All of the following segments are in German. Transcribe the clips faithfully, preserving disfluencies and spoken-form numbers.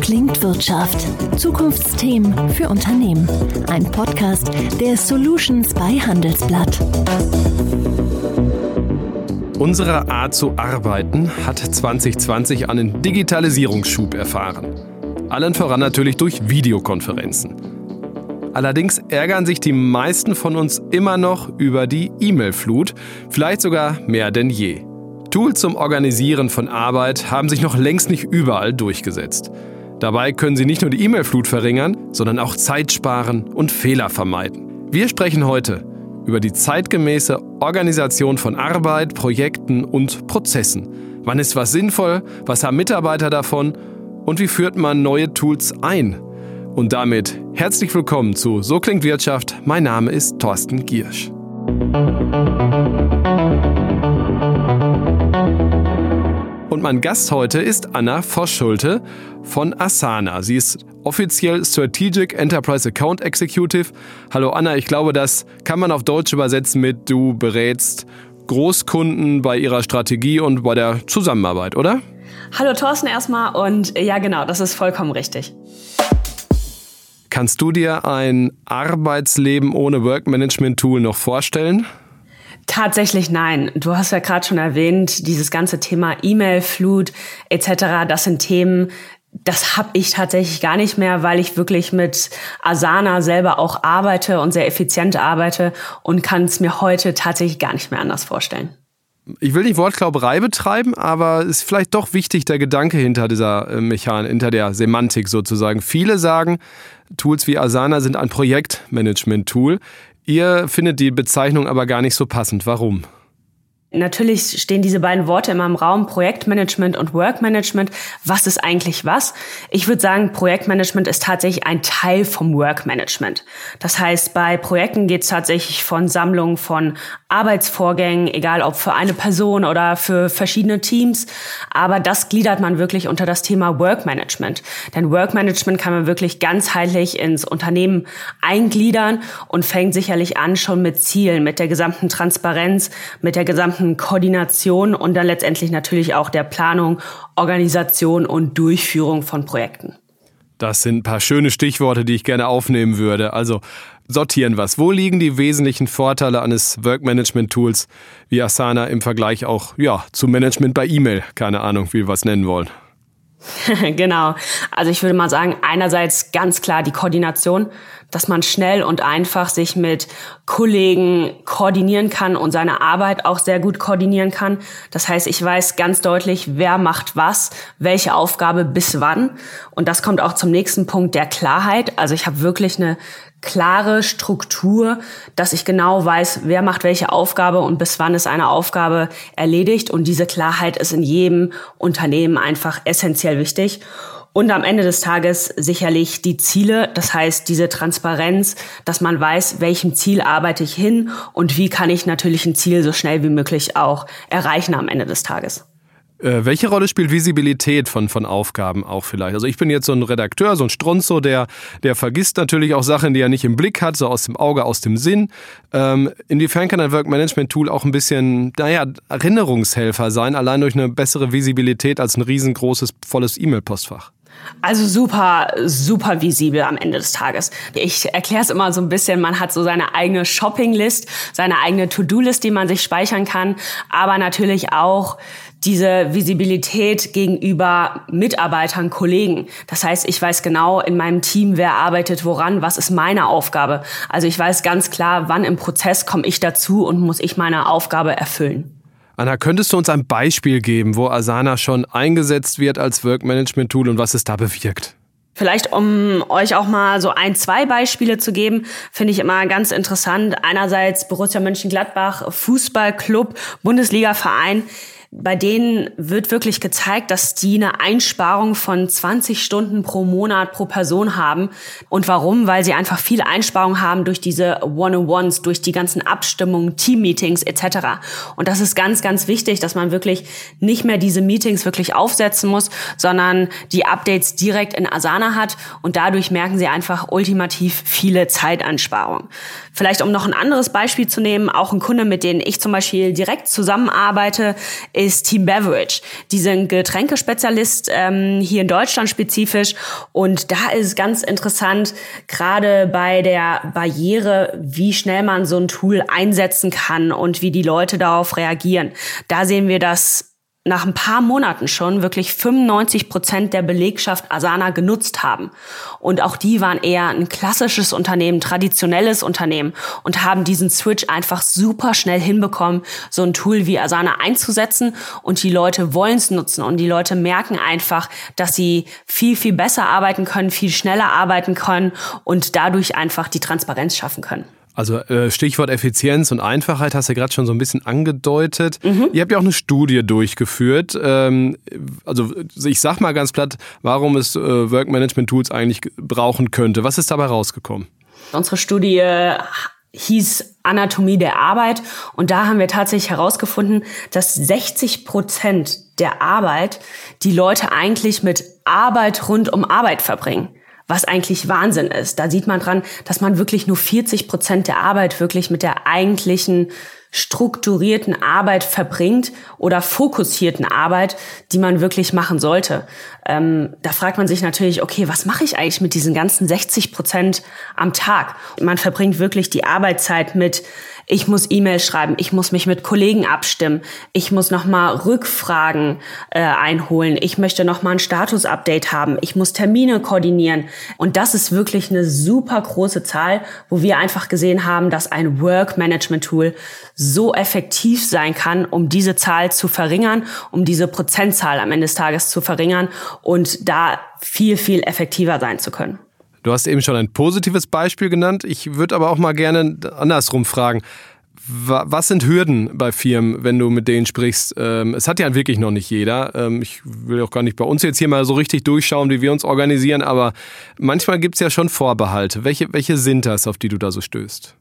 klingt Wirtschaft. Zukunftsthemen für Unternehmen. Ein Podcast der Solutions bei Handelsblatt. Unsere Art zu arbeiten hat zwanzig zwanzig einen Digitalisierungsschub erfahren. Allen voran natürlich durch Videokonferenzen. Allerdings ärgern sich die meisten von uns immer noch über die E-Mail-Flut, vielleicht sogar mehr denn je. Tools zum Organisieren von Arbeit haben sich noch längst nicht überall durchgesetzt. Dabei können sie nicht nur die E-Mail-Flut verringern, sondern auch Zeit sparen und Fehler vermeiden. Wir sprechen heute über die zeitgemäße Organisation von Arbeit, Projekten und Prozessen. Wann ist was sinnvoll? Was haben Mitarbeiter davon? Und wie führt man neue Tools ein? Und damit herzlich willkommen zu So klingt Wirtschaft. Mein Name ist Thorsten Giersch. Und mein Gast heute ist Anna Voss-Schulte von Asana. Sie ist offiziell Strategic Enterprise Account Executive. Hallo Anna, ich glaube, das kann man auf Deutsch übersetzen mit du berätst Großkunden bei ihrer Strategie und bei der Zusammenarbeit, oder? Hallo Thorsten erstmal und ja genau, das ist vollkommen richtig. Kannst du dir ein Arbeitsleben ohne Work-Management-Tool noch vorstellen? Tatsächlich nein. Du hast ja gerade schon erwähnt, dieses ganze Thema E-Mail-Flut et cetera, das sind Themen, das habe ich tatsächlich gar nicht mehr, weil ich wirklich mit Asana selber auch arbeite und sehr effizient arbeite und kann es mir heute tatsächlich gar nicht mehr anders vorstellen. Ich will nicht Wortklauberei betreiben, aber es ist vielleicht doch wichtig, der Gedanke hinter dieser Mechanik, hinter der Semantik sozusagen. Viele sagen, Tools wie Asana sind ein Projektmanagement-Tool. Ihr findet die Bezeichnung aber gar nicht so passend. Warum? Natürlich stehen diese beiden Worte immer im Raum, Projektmanagement und Workmanagement. Was ist eigentlich was? Ich würde sagen, Projektmanagement ist tatsächlich ein Teil vom Workmanagement. Das heißt, bei Projekten geht es tatsächlich von Sammlung von Arbeitsvorgängen, egal ob für eine Person oder für verschiedene Teams. Aber das gliedert man wirklich unter das Thema Workmanagement. Denn Workmanagement kann man wirklich ganzheitlich ins Unternehmen eingliedern und fängt sicherlich an schon mit Zielen, mit der gesamten Transparenz, mit der gesamten Koordination und dann letztendlich natürlich auch der Planung, Organisation und Durchführung von Projekten. Das sind ein paar schöne Stichworte, die ich gerne aufnehmen würde. Also sortieren was. Wo liegen die wesentlichen Vorteile eines Work-Management-Tools wie Asana im Vergleich auch ja, zu Management bei E-Mail? Keine Ahnung, wie wir es nennen wollen. Genau. Also ich würde mal sagen, einerseits ganz klar die Koordination, dass man schnell und einfach sich mit Kollegen koordinieren kann und seine Arbeit auch sehr gut koordinieren kann. Das heißt, ich weiß ganz deutlich, wer macht was, welche Aufgabe bis wann. Und das kommt auch zum nächsten Punkt der Klarheit. Also ich habe wirklich eine klare Struktur, dass ich genau weiß, wer macht welche Aufgabe und bis wann ist eine Aufgabe erledigt. Und diese Klarheit ist in jedem Unternehmen einfach essentiell wichtig. Und am Ende des Tages sicherlich die Ziele, das heißt diese Transparenz, dass man weiß, welchem Ziel arbeite ich hin und wie kann ich natürlich ein Ziel so schnell wie möglich auch erreichen am Ende des Tages. Äh, welche Rolle spielt Visibilität von, von Aufgaben auch vielleicht? Also ich bin jetzt so ein Redakteur, so ein Stronzo, der, der vergisst natürlich auch Sachen, die er nicht im Blick hat, so aus dem Auge, aus dem Sinn. Ähm, inwiefern kann ein Work-Management-Tool auch ein bisschen, naja, Erinnerungshelfer sein, allein durch eine bessere Visibilität als ein riesengroßes, volles E-Mail-Postfach? Also super, super visibel am Ende des Tages. Ich erkläre es immer so ein bisschen, man hat so seine eigene Shopping-List, seine eigene To-Do-List, die man sich speichern kann, aber natürlich auch diese Visibilität gegenüber Mitarbeitern, Kollegen. Das heißt, ich weiß genau in meinem Team, wer arbeitet woran, was ist meine Aufgabe. Also ich weiß ganz klar, wann im Prozess komme ich dazu und muss ich meine Aufgabe erfüllen. Anna, könntest du uns ein Beispiel geben, wo Asana schon eingesetzt wird als Work-Management-Tool und was es da bewirkt? Vielleicht, um euch auch mal so ein, zwei Beispiele zu geben, finde ich immer ganz interessant. Einerseits Borussia Mönchengladbach, Fußballclub, Bundesliga-Verein. Bei denen wird wirklich gezeigt, dass die eine Einsparung von zwanzig Stunden pro Monat pro Person haben. Und warum? Weil sie einfach viel Einsparung haben durch diese One-on-Ones, durch die ganzen Abstimmungen, Team-Meetings et cetera. Und das ist ganz, ganz wichtig, dass man wirklich nicht mehr diese Meetings wirklich aufsetzen muss, sondern die Updates direkt in Asana hat. Und dadurch merken sie einfach ultimativ viele Zeiteinsparungen. Vielleicht, um noch ein anderes Beispiel zu nehmen, auch ein Kunde, mit dem ich zum Beispiel direkt zusammenarbeite, ist Team Beverage. Die sind Getränkespezialist ähm, hier in Deutschland spezifisch. Und da ist es ganz interessant, gerade bei der Barriere, wie schnell man so ein Tool einsetzen kann und wie die Leute darauf reagieren. Da sehen wir, dass nach ein paar Monaten schon wirklich fünfundneunzig Prozent der Belegschaft Asana genutzt haben. Und auch die waren eher ein klassisches Unternehmen, traditionelles Unternehmen und haben diesen Switch einfach super schnell hinbekommen, so ein Tool wie Asana einzusetzen. Und die Leute wollen es nutzen und die Leute merken einfach, dass sie viel, viel besser arbeiten können, viel schneller arbeiten können und dadurch einfach die Transparenz schaffen können. Also äh, Stichwort Effizienz und Einfachheit hast du ja gerade schon so ein bisschen angedeutet. Mhm. Ihr habt ja auch eine Studie durchgeführt. Ähm, also ich sag mal ganz platt, warum es äh, Work-Management-Tools eigentlich brauchen könnte. Was ist dabei rausgekommen? Unsere Studie hieß Anatomie der Arbeit und da haben wir tatsächlich herausgefunden, dass sechzig Prozent der Arbeit die Leute eigentlich mit Arbeit rund um Arbeit verbringen. Was eigentlich Wahnsinn ist. Da sieht man dran, dass man wirklich nur vierzig Prozent der Arbeit wirklich mit der eigentlichen strukturierten Arbeit verbringt oder fokussierten Arbeit, die man wirklich machen sollte. Ähm, da fragt man sich natürlich, okay, was mache ich eigentlich mit diesen ganzen sechzig Prozent am Tag? Man verbringt wirklich die Arbeitszeit mit, ich muss E-Mails schreiben, ich muss mich mit Kollegen abstimmen, ich muss nochmal Rückfragen äh, einholen, ich möchte nochmal ein Status-Update haben, ich muss Termine koordinieren. Und das ist wirklich eine super große Zahl, wo wir einfach gesehen haben, dass ein Work-Management-Tool so effektiv sein kann, um diese Zahl zu verringern, um diese Prozentzahl am Ende des Tages zu verringern und da viel, viel effektiver sein zu können. Du hast eben schon ein positives Beispiel genannt. Ich würde aber auch mal gerne andersrum fragen. Was sind Hürden bei Firmen, wenn du mit denen sprichst? Es hat ja wirklich noch nicht jeder. Ich will auch gar nicht bei uns jetzt hier mal so richtig durchschauen, wie wir uns organisieren, aber manchmal gibt es ja schon Vorbehalte. Welche, welche sind das, auf die du da so stößt?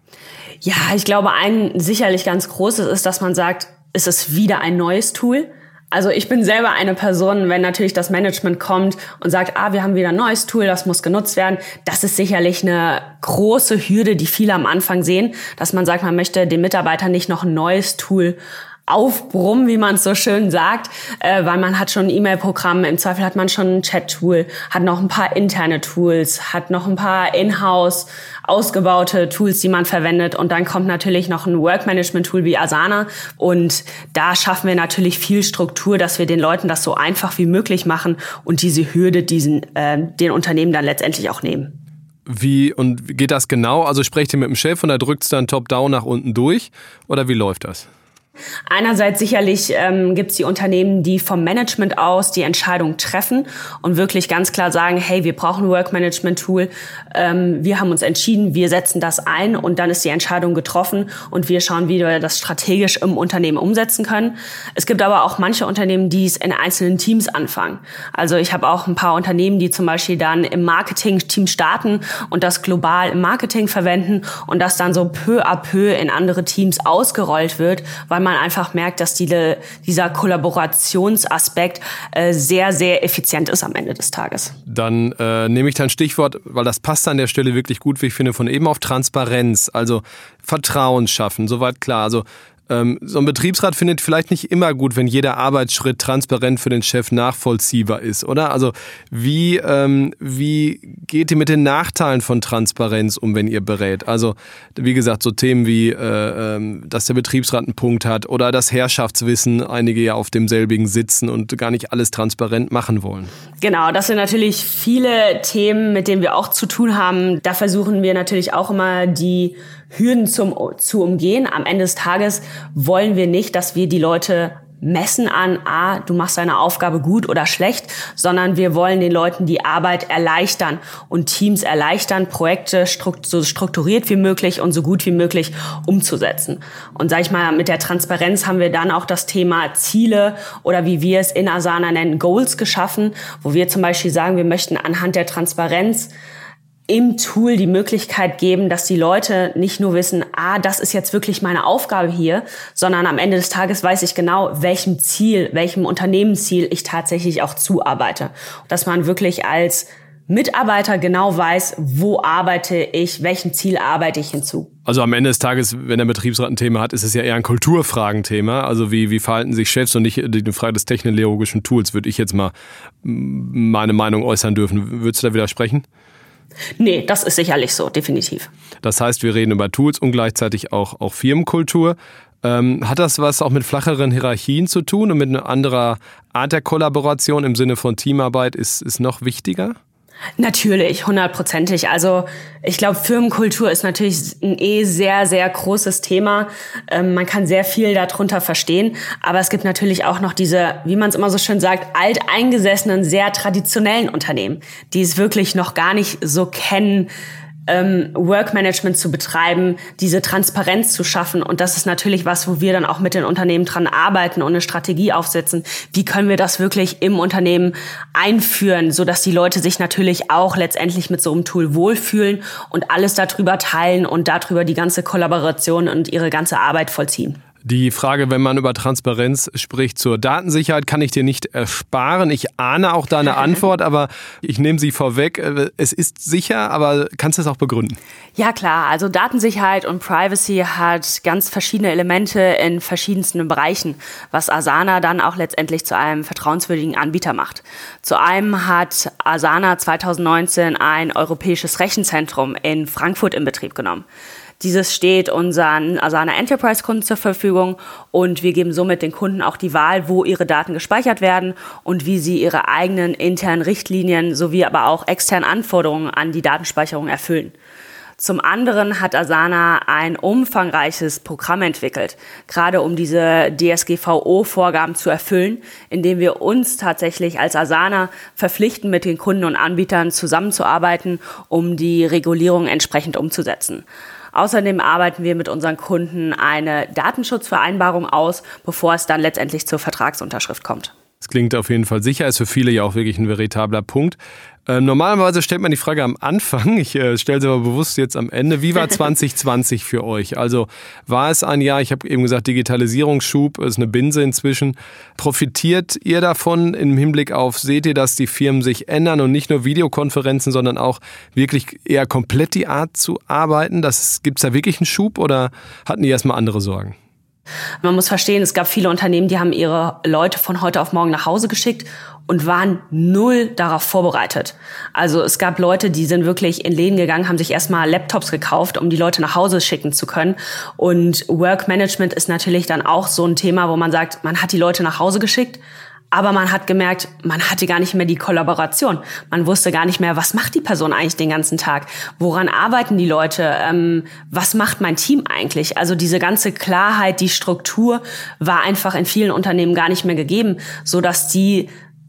Ja, ich glaube, ein sicherlich ganz großes ist, dass man sagt, es ist wieder ein neues Tool. Also ich bin selber eine Person, wenn natürlich das Management kommt und sagt, ah, wir haben wieder ein neues Tool, das muss genutzt werden. Das ist sicherlich eine große Hürde, die viele am Anfang sehen, dass man sagt, man möchte den Mitarbeitern nicht noch ein neues Tool aufbrummen, wie man es so schön sagt, äh, weil man hat schon ein E-Mail-Programm, im Zweifel hat man schon ein Chat-Tool, hat noch ein paar interne Tools, hat noch ein paar in-house ausgebaute Tools, die man verwendet und dann kommt natürlich noch ein Work-Management-Tool wie Asana und da schaffen wir natürlich viel Struktur, dass wir den Leuten das so einfach wie möglich machen und diese Hürde diesen äh, den Unternehmen dann letztendlich auch nehmen. Wie und wie geht das genau? Also sprecht ihr mit dem Chef und er drückt es dann top-down nach unten durch oder wie läuft das? Einerseits sicherlich ähm, gibt es die Unternehmen, die vom Management aus die Entscheidung treffen und wirklich ganz klar sagen, hey, wir brauchen ein Work-Management-Tool, ähm, wir haben uns entschieden, wir setzen das ein und dann ist die Entscheidung getroffen und wir schauen, wie wir das strategisch im Unternehmen umsetzen können. Es gibt aber auch manche Unternehmen, die es in einzelnen Teams anfangen. Also ich habe auch ein paar Unternehmen, die zum Beispiel dann im Marketing-Team starten und das global im Marketing verwenden und das dann so peu à peu in andere Teams ausgerollt wird, weil man einfach merkt, dass die, dieser Kollaborationsaspekt äh, sehr, sehr effizient ist am Ende des Tages. Dann äh, nehme ich dein Stichwort, weil das passt an der Stelle wirklich gut, wie ich finde, von eben auf Transparenz, also Vertrauen schaffen, soweit klar. Also ähm, so ein Betriebsrat findet vielleicht nicht immer gut, wenn jeder Arbeitsschritt transparent für den Chef nachvollziehbar ist, oder? Also wie, ähm, wie geht ihr mit den Nachteilen von Transparenz um, wenn ihr berät? Also wie gesagt, so Themen wie, äh, ähm, dass der Betriebsrat einen Punkt hat oder das Herrschaftswissen, einige ja auf demselbigen sitzen und gar nicht alles transparent machen wollen. Genau, das sind natürlich viele Themen, mit denen wir auch zu tun haben. Da versuchen wir natürlich auch immer die Hürden zum, zu umgehen. Am Ende des Tages wollen wir nicht, dass wir die Leute messen an, ah, du machst deine Aufgabe gut oder schlecht, sondern wir wollen den Leuten die Arbeit erleichtern und Teams erleichtern, Projekte strukt- so strukturiert wie möglich und so gut wie möglich umzusetzen. Und sag ich mal, mit der Transparenz haben wir dann auch das Thema Ziele oder wie wir es in Asana nennen, Goals geschaffen, wo wir zum Beispiel sagen, wir möchten anhand der Transparenz im Tool die Möglichkeit geben, dass die Leute nicht nur wissen, ah, das ist jetzt wirklich meine Aufgabe hier, sondern am Ende des Tages weiß ich genau, welchem Ziel, welchem Unternehmensziel ich tatsächlich auch zuarbeite. Dass man wirklich als Mitarbeiter genau weiß, wo arbeite ich, welchem Ziel arbeite ich hinzu. Also am Ende des Tages, wenn der Betriebsrat ein Thema hat, ist es ja eher ein Kulturfragenthema. Also wie, wie verhalten sich Chefs und nicht die Frage des technologischen Tools, würde ich jetzt mal meine Meinung äußern dürfen. Würdest du da widersprechen? Nee, das ist sicherlich so, definitiv. Das heißt, wir reden über Tools und gleichzeitig auch, auch Firmenkultur. Ähm, hat das was auch mit flacheren Hierarchien zu tun und mit einer anderen Art der Kollaboration im Sinne von Teamarbeit ist, ist noch wichtiger? Natürlich, hundertprozentig. Also ich glaube, Firmenkultur ist natürlich ein eh sehr, sehr großes Thema. Ähm, man kann sehr viel darunter verstehen. Aber es gibt natürlich auch noch diese, wie man es immer so schön sagt, alteingesessenen, sehr traditionellen Unternehmen, die es wirklich noch gar nicht so kennen, ähm, Workmanagement zu betreiben, diese Transparenz zu schaffen. Und das ist natürlich was, wo wir dann auch mit den Unternehmen dran arbeiten und eine Strategie aufsetzen. Wie können wir das wirklich im Unternehmen einführen, sodass die Leute sich natürlich auch letztendlich mit so einem Tool wohlfühlen und alles darüber teilen und darüber die ganze Kollaboration und ihre ganze Arbeit vollziehen. Die Frage, wenn man über Transparenz spricht, zur Datensicherheit, kann ich dir nicht ersparen. Ich ahne auch deine Antwort, aber ich nehme sie vorweg. Es ist sicher, aber kannst du es auch begründen? Ja klar, also Datensicherheit und Privacy hat ganz verschiedene Elemente in verschiedensten Bereichen, was Asana dann auch letztendlich zu einem vertrauenswürdigen Anbieter macht. Zu einem hat Asana zwanzig neunzehn ein europäisches Rechenzentrum in Frankfurt in Betrieb genommen. Dieses steht unseren Asana Enterprise-Kunden zur Verfügung und wir geben somit den Kunden auch die Wahl, wo ihre Daten gespeichert werden und wie sie ihre eigenen internen Richtlinien sowie aber auch externen Anforderungen an die Datenspeicherung erfüllen. Zum anderen hat Asana ein umfangreiches Programm entwickelt, gerade um diese D S G V O-Vorgaben zu erfüllen, indem wir uns tatsächlich als Asana verpflichten, mit den Kunden und Anbietern zusammenzuarbeiten, um die Regulierung entsprechend umzusetzen. Außerdem arbeiten wir mit unseren Kunden eine Datenschutzvereinbarung aus, bevor es dann letztendlich zur Vertragsunterschrift kommt. Das klingt auf jeden Fall sicher, ist für viele ja auch wirklich ein veritabler Punkt. Ähm, normalerweise stellt man die Frage am Anfang, ich äh, stelle sie aber bewusst jetzt am Ende. Wie war zwanzig zwanzig für euch? Also war es ein Jahr, ich habe eben gesagt, Digitalisierungsschub, ist eine Binse inzwischen. Profitiert ihr davon im Hinblick auf, seht ihr, dass die Firmen sich ändern und nicht nur Videokonferenzen, sondern auch wirklich eher komplett die Art zu arbeiten? Gibt es da wirklich einen Schub oder hatten die erstmal andere Sorgen? Man muss verstehen, es gab viele Unternehmen, die haben ihre Leute von heute auf morgen nach Hause geschickt und waren null darauf vorbereitet. Also es gab Leute, die sind wirklich in Läden gegangen, haben sich erstmal Laptops gekauft, um die Leute nach Hause schicken zu können. Und Workmanagement ist natürlich dann auch so ein Thema, wo man sagt, man hat die Leute nach Hause geschickt, aber man hat gemerkt, man hatte gar nicht mehr die Kollaboration. Man wusste gar nicht mehr, was macht die Person eigentlich den ganzen Tag? Woran arbeiten die Leute? Ähm, was macht mein Team eigentlich? Also diese ganze Klarheit, die Struktur war einfach in vielen Unternehmen gar nicht mehr gegeben, sodass die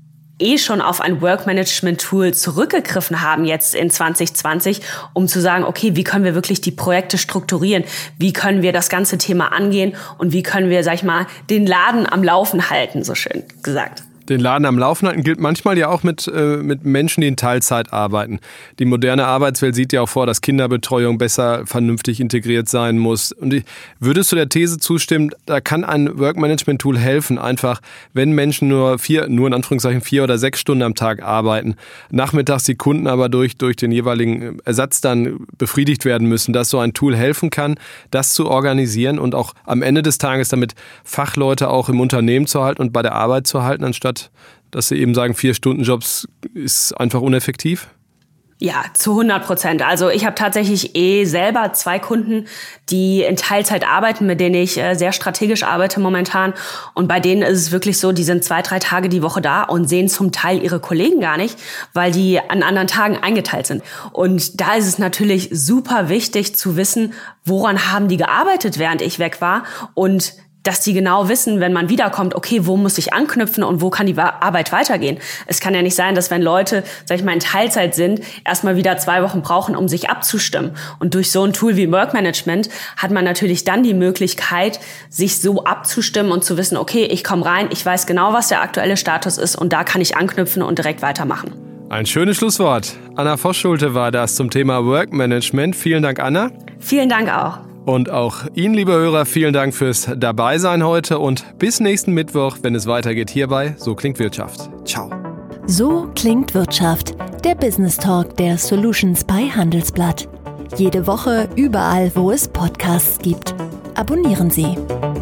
eh schon auf ein Workmanagement-Tool zurückgegriffen haben jetzt in zwanzig zwanzig, um zu sagen, okay, wie können wir wirklich die Projekte strukturieren? Wie können wir das ganze Thema angehen? Und wie können wir, sag ich mal, den Laden am Laufen halten, so schön gesagt. Den Laden am Laufen halten gilt manchmal ja auch mit, äh, mit Menschen, die in Teilzeit arbeiten. Die moderne Arbeitswelt sieht ja auch vor, dass Kinderbetreuung besser vernünftig integriert sein muss. Und ich, würdest du der These zustimmen, da kann ein Workmanagement-Tool helfen, einfach, wenn Menschen nur vier, nur in Anführungszeichen vier oder sechs Stunden am Tag arbeiten, nachmittags die Kunden aber durch, durch den jeweiligen Ersatz dann befriedigt werden müssen, dass so ein Tool helfen kann, das zu organisieren und auch am Ende des Tages damit Fachleute auch im Unternehmen zu halten und bei der Arbeit zu halten, anstatt dass sie eben sagen, Vier-Stunden-Jobs ist einfach uneffektiv? Ja, zu hundert Prozent. Also ich habe tatsächlich eh selber zwei Kunden, die in Teilzeit arbeiten, mit denen ich äh, sehr strategisch arbeite momentan. Und bei denen ist es wirklich so, die sind zwei, drei Tage die Woche da und sehen zum Teil ihre Kollegen gar nicht, weil die an anderen Tagen eingeteilt sind. Und da ist es natürlich super wichtig zu wissen, woran haben die gearbeitet, während ich weg war, und dass die genau wissen, wenn man wiederkommt, okay, wo muss ich anknüpfen und wo kann die Arbeit weitergehen. Es kann ja nicht sein, dass wenn Leute, sag ich mal, in Teilzeit sind, erstmal wieder zwei Wochen brauchen, um sich abzustimmen. Und durch so ein Tool wie Workmanagement hat man natürlich dann die Möglichkeit, sich so abzustimmen und zu wissen, okay, ich komme rein, ich weiß genau, was der aktuelle Status ist und da kann ich anknüpfen und direkt weitermachen. Ein schönes Schlusswort. Anna Voss-Schulte war das zum Thema Workmanagement. Vielen Dank, Anna. Vielen Dank auch. Und auch Ihnen, liebe Hörer, vielen Dank fürs Dabeisein heute und bis nächsten Mittwoch, wenn es weitergeht hierbei So klingt Wirtschaft. Ciao. So klingt Wirtschaft, der Business Talk der Solutions bei Handelsblatt. Jede Woche überall, wo es Podcasts gibt. Abonnieren Sie.